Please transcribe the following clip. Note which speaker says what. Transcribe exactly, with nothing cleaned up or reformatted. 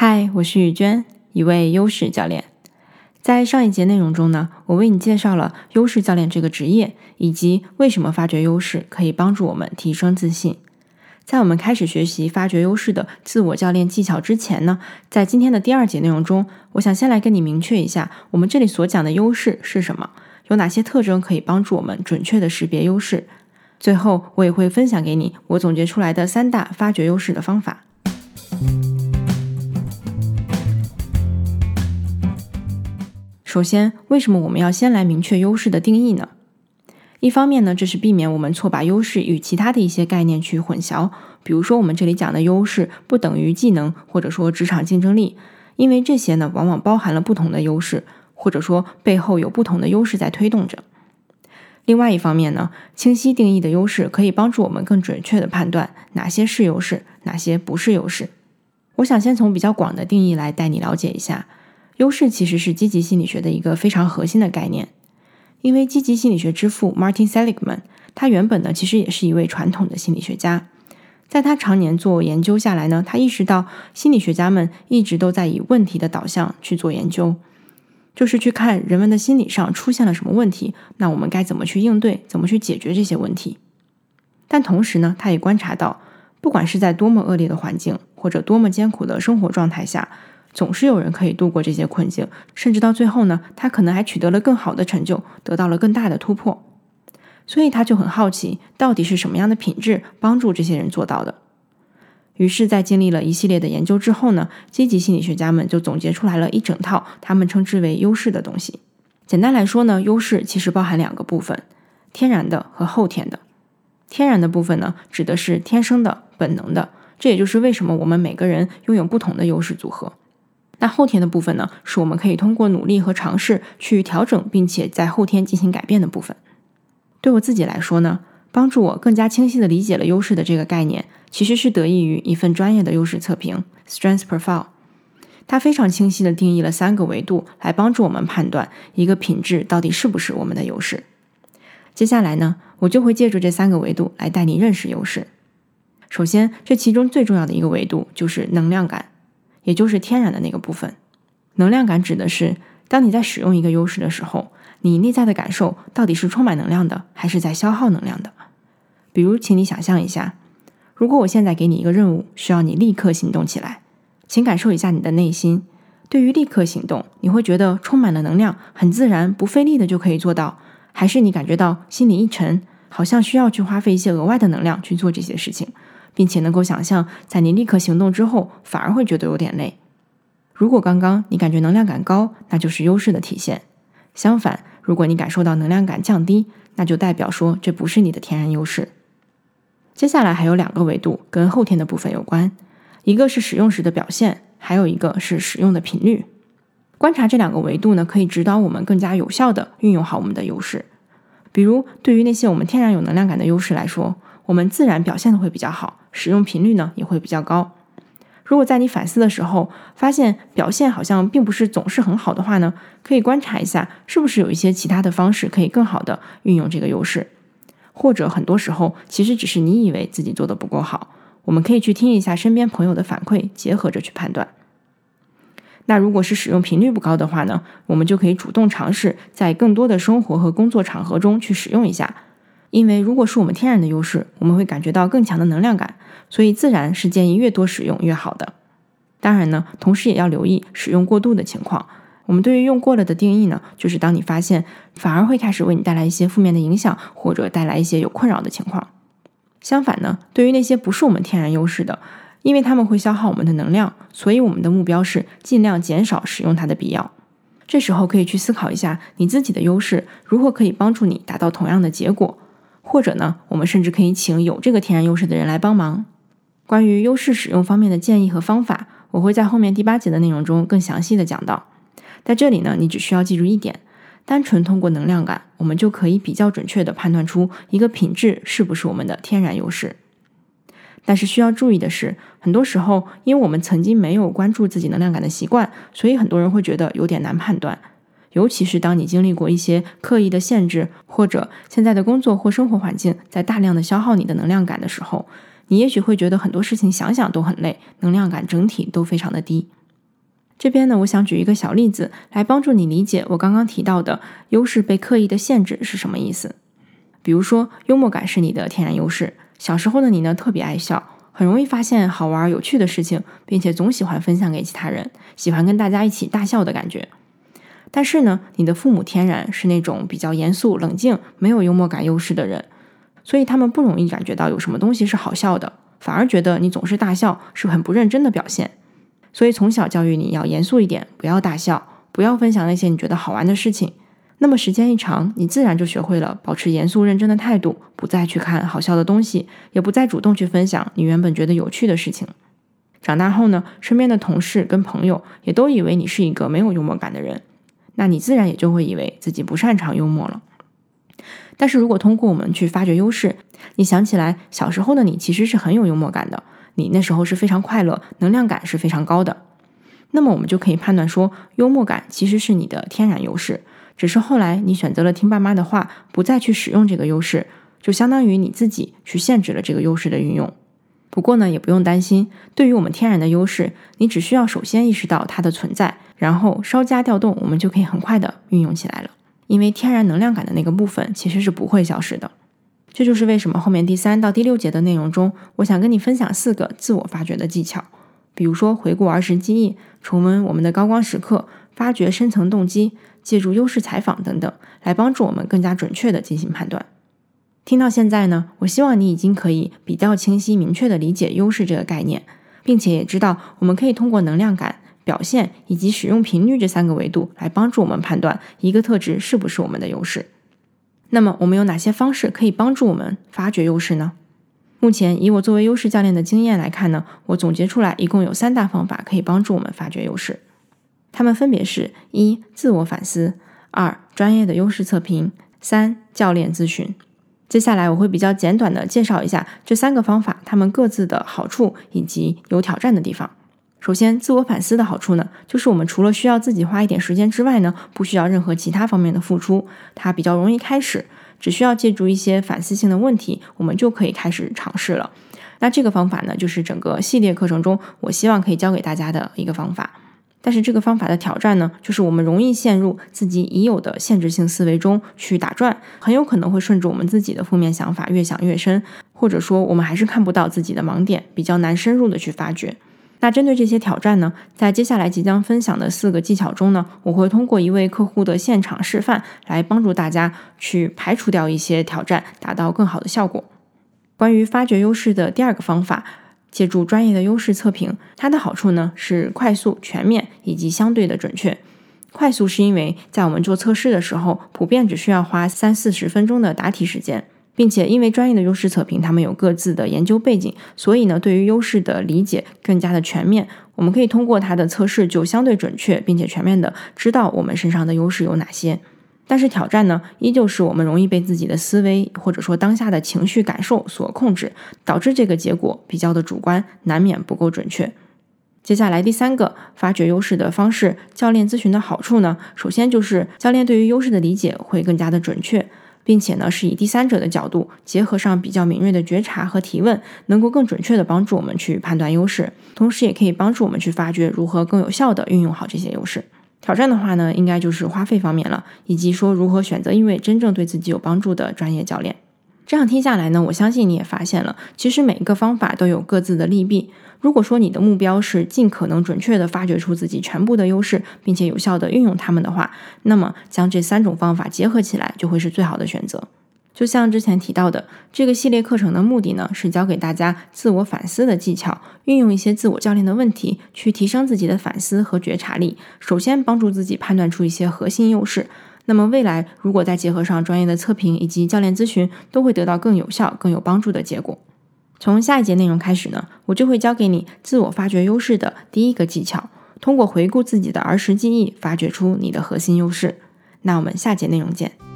Speaker 1: 嗨，我是雨娟，一位优势教练。在上一节内容中呢，我为你介绍了优势教练这个职业，以及为什么发掘优势可以帮助我们提升自信。在我们开始学习发掘优势的自我教练技巧之前呢，在今天的第二节内容中，我想先来跟你明确一下，我们这里所讲的优势是什么，有哪些特征可以帮助我们准确的识别优势。最后，我也会分享给你我总结出来的三大发掘优势的方法。首先，为什么我们要先来明确优势的定义呢？一方面呢，这是避免我们错把优势与其他的一些概念去混淆，比如说我们这里讲的优势不等于技能，或者说职场竞争力，因为这些呢往往包含了不同的优势，或者说背后有不同的优势在推动着。另外一方面呢，清晰定义的优势可以帮助我们更准确地判断哪些是优势，哪些不是优势。我想先从比较广的定义来带你了解一下，优势其实是积极心理学的一个非常核心的概念。因为积极心理学之父 Martin Seligman， 他原本呢其实也是一位传统的心理学家。在他常年做研究下来呢，他意识到心理学家们一直都在以问题的导向去做研究，就是去看人们的心理上出现了什么问题，那我们该怎么去应对，怎么去解决这些问题。但同时呢，他也观察到，不管是在多么恶劣的环境，或者多么艰苦的生活状态下，总是有人可以度过这些困境，甚至到最后呢，他可能还取得了更好的成就，得到了更大的突破。所以他就很好奇，到底是什么样的品质帮助这些人做到的。于是在经历了一系列的研究之后呢，积极心理学家们就总结出来了一整套他们称之为优势的东西。简单来说呢，优势其实包含两个部分，天然的和后天的。天然的部分呢，指的是天生的、本能的，这也就是为什么我们每个人拥有不同的优势组合。那后天的部分呢，是我们可以通过努力和尝试去调整，并且在后天进行改变的部分。对我自己来说呢，帮助我更加清晰地理解了优势的这个概念，其实是得益于一份专业的优势测评 Strengths Profile。 它非常清晰地定义了三个维度，来帮助我们判断一个品质到底是不是我们的优势。接下来呢，我就会借助这三个维度来带你认识优势。首先，这其中最重要的一个维度就是能量感，也就是天然的那个部分。能量感指的是，当你在使用一个优势的时候，你内在的感受到底是充满能量的，还是在消耗能量的。比如，请你想象一下，如果我现在给你一个任务，需要你立刻行动起来，请感受一下你的内心。对于立刻行动，你会觉得充满了能量，很自然不费力的就可以做到，还是你感觉到心里一沉，好像需要去花费一些额外的能量去做这些事情，并且能够想象在你立刻行动之后反而会觉得有点累。如果刚刚你感觉能量感高，那就是优势的体现。相反，如果你感受到能量感降低，那就代表说这不是你的天然优势。接下来还有两个维度跟后天的部分有关，一个是使用时的表现，还有一个是使用的频率。观察这两个维度呢，可以指导我们更加有效地运用好我们的优势。比如，对于那些我们天然有能量感的优势来说，我们自然表现的会比较好，使用频率呢也会比较高。如果在你反思的时候发现表现好像并不是总是很好的话呢，可以观察一下是不是有一些其他的方式可以更好的运用这个优势，或者很多时候其实只是你以为自己做的不够好，我们可以去听一下身边朋友的反馈，结合着去判断。那如果是使用频率不高的话呢，我们就可以主动尝试在更多的生活和工作场合中去使用一下。因为如果是我们天然的优势，我们会感觉到更强的能量感，所以自然是建议越多使用越好的。当然呢，同时也要留意使用过度的情况。我们对于用过了的定义呢，就是当你发现反而会开始为你带来一些负面的影响，或者带来一些有困扰的情况。相反呢，对于那些不是我们天然优势的，因为它们会消耗我们的能量，所以我们的目标是尽量减少使用它的必要。这时候可以去思考一下你自己的优势如何可以帮助你达到同样的结果，或者呢，我们甚至可以请有这个天然优势的人来帮忙。关于优势使用方面的建议和方法，我会在后面第八节的内容中更详细的讲到。在这里呢，你只需要记住一点，单纯通过能量感，我们就可以比较准确地判断出一个品质是不是我们的天然优势。但是需要注意的是，很多时候因为我们曾经没有关注自己能量感的习惯，所以很多人会觉得有点难判断。尤其是当你经历过一些刻意的限制，或者现在的工作或生活环境在大量的消耗你的能量感的时候，你也许会觉得很多事情想想都很累，能量感整体都非常的低。 这边呢，我想举一个小例子来帮助你理解我刚刚提到的优势被刻意的限制是什么意思。比如说，幽默感是你的天然优势，小时候的你呢特别爱笑，很容易发现好玩有趣的事情，并且总喜欢分享给其他人，喜欢跟大家一起大笑的感觉。但是呢，你的父母天然是那种比较严肃冷静，没有幽默感优势的人，所以他们不容易感觉到有什么东西是好笑的，反而觉得你总是大笑是很不认真的表现。所以从小教育你要严肃一点，不要大笑，不要分享那些你觉得好玩的事情。那么时间一长，你自然就学会了保持严肃认真的态度，不再去看好笑的东西，也不再主动去分享你原本觉得有趣的事情。长大后呢，身边的同事跟朋友也都以为你是一个没有幽默感的人，那你自然也就会以为自己不擅长幽默了。但是如果通过我们去发掘优势，你想起来小时候的你其实是很有幽默感的，你那时候是非常快乐，能量感是非常高的，那么我们就可以判断说，幽默感其实是你的天然优势，只是后来你选择了听爸妈的话，不再去使用这个优势，就相当于你自己去限制了这个优势的运用。不过呢，也不用担心，对于我们天然的优势，你只需要首先意识到它的存在，然后稍加调动，我们就可以很快的运用起来了。因为天然能量感的那个部分其实是不会消失的。这就是为什么后面第三到第六节的内容中，我想跟你分享四个自我发掘的技巧，比如说回顾儿时记忆，重温我们的高光时刻，发掘深层动机，借助优势采访等等，来帮助我们更加准确的进行判断。听到现在呢，我希望你已经可以比较清晰明确的理解优势这个概念，并且也知道我们可以通过能量感、表现以及使用频率这三个维度来帮助我们判断一个特质是不是我们的优势。那么我们有哪些方式可以帮助我们发掘优势呢？目前以我作为优势教练的经验来看呢，我总结出来一共有三大方法可以帮助我们发掘优势。它们分别是：一、自我反思；二、专业的优势测评；三、教练咨询。接下来我会比较简短的介绍一下这三个方法，它们各自的好处以及有挑战的地方。首先，自我反思的好处呢，就是我们除了需要自己花一点时间之外呢，不需要任何其他方面的付出，它比较容易开始，只需要借助一些反思性的问题，我们就可以开始尝试了。那这个方法呢，就是整个系列课程中我希望可以教给大家的一个方法。但是这个方法的挑战呢，就是我们容易陷入自己已有的限制性思维中去打转，很有可能会顺着我们自己的负面想法越想越深，或者说我们还是看不到自己的盲点，比较难深入的去发掘。那针对这些挑战呢，在接下来即将分享的四个技巧中呢，我会通过一位客户的现场示范来帮助大家去排除掉一些挑战，达到更好的效果。关于发掘优势的第二个方法，借助专业的优势测评，它的好处呢是快速、全面以及相对的准确。快速是因为在我们做测试的时候，普遍只需要花三四十分钟的答题时间，并且因为专业的优势测评他们有各自的研究背景，所以呢对于优势的理解更加的全面，我们可以通过它的测试就相对准确并且全面的知道我们身上的优势有哪些。但是挑战呢，依旧是我们容易被自己的思维或者说当下的情绪感受所控制，导致这个结果比较的主观，难免不够准确。接下来第三个发掘优势的方式，教练咨询的好处呢，首先就是教练对于优势的理解会更加的准确，并且呢是以第三者的角度，结合上比较敏锐的觉察和提问，能够更准确的帮助我们去判断优势，同时也可以帮助我们去发掘如何更有效的运用好这些优势。挑战的话呢，应该就是花费方面了，以及说如何选择一位真正对自己有帮助的专业教练。这样听下来呢，我相信你也发现了，其实每一个方法都有各自的利弊。如果说你的目标是尽可能准确的发掘出自己全部的优势，并且有效的运用它们的话，那么将这三种方法结合起来就会是最好的选择。就像之前提到的，这个系列课程的目的呢，是教给大家自我反思的技巧，运用一些自我教练的问题，去提升自己的反思和觉察力，首先帮助自己判断出一些核心优势，那么未来如果再结合上专业的测评以及教练咨询，都会得到更有效、更有帮助的结果。从下一节内容开始呢，我就会教给你自我发掘优势的第一个技巧，通过回顾自己的儿时记忆，发掘出你的核心优势。那我们下节内容见。